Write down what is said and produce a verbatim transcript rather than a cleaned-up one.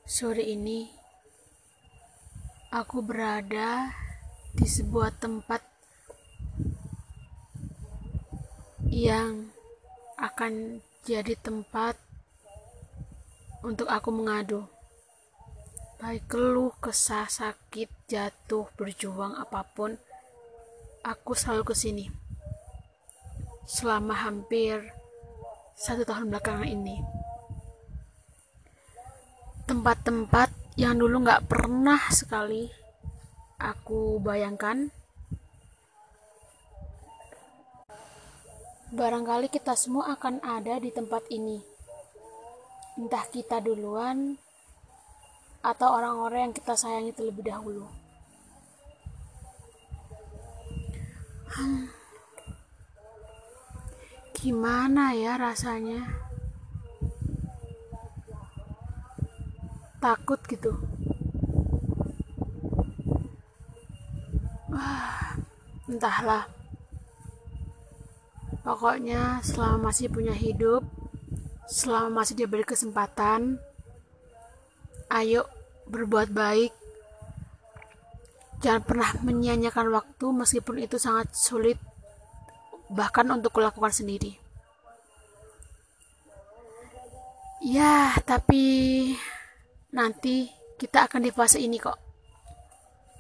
Sore ini, aku berada di sebuah tempat yang akan jadi tempat untuk aku mengadu. Baik keluh, kesah, sakit, jatuh, berjuang, apapun, aku selalu kesini. Selama hampir satu tahun belakangan ini. Tempat-tempat yang dulu gak pernah sekali aku bayangkan. Barangkali kita semua akan ada di tempat ini. Entah kita duluan atau orang-orang yang kita sayangi terlebih dahulu. Hmm, gimana ya rasanya? Takut gitu. Ah, entahlah. Pokoknya selama masih punya hidup, selama masih diberi kesempatan, ayo berbuat baik. Jangan pernah menyia-nyiakan waktu meskipun itu sangat sulit, bahkan untuk kulakukan sendiri. Ya, tapi nanti kita akan di fase ini kok.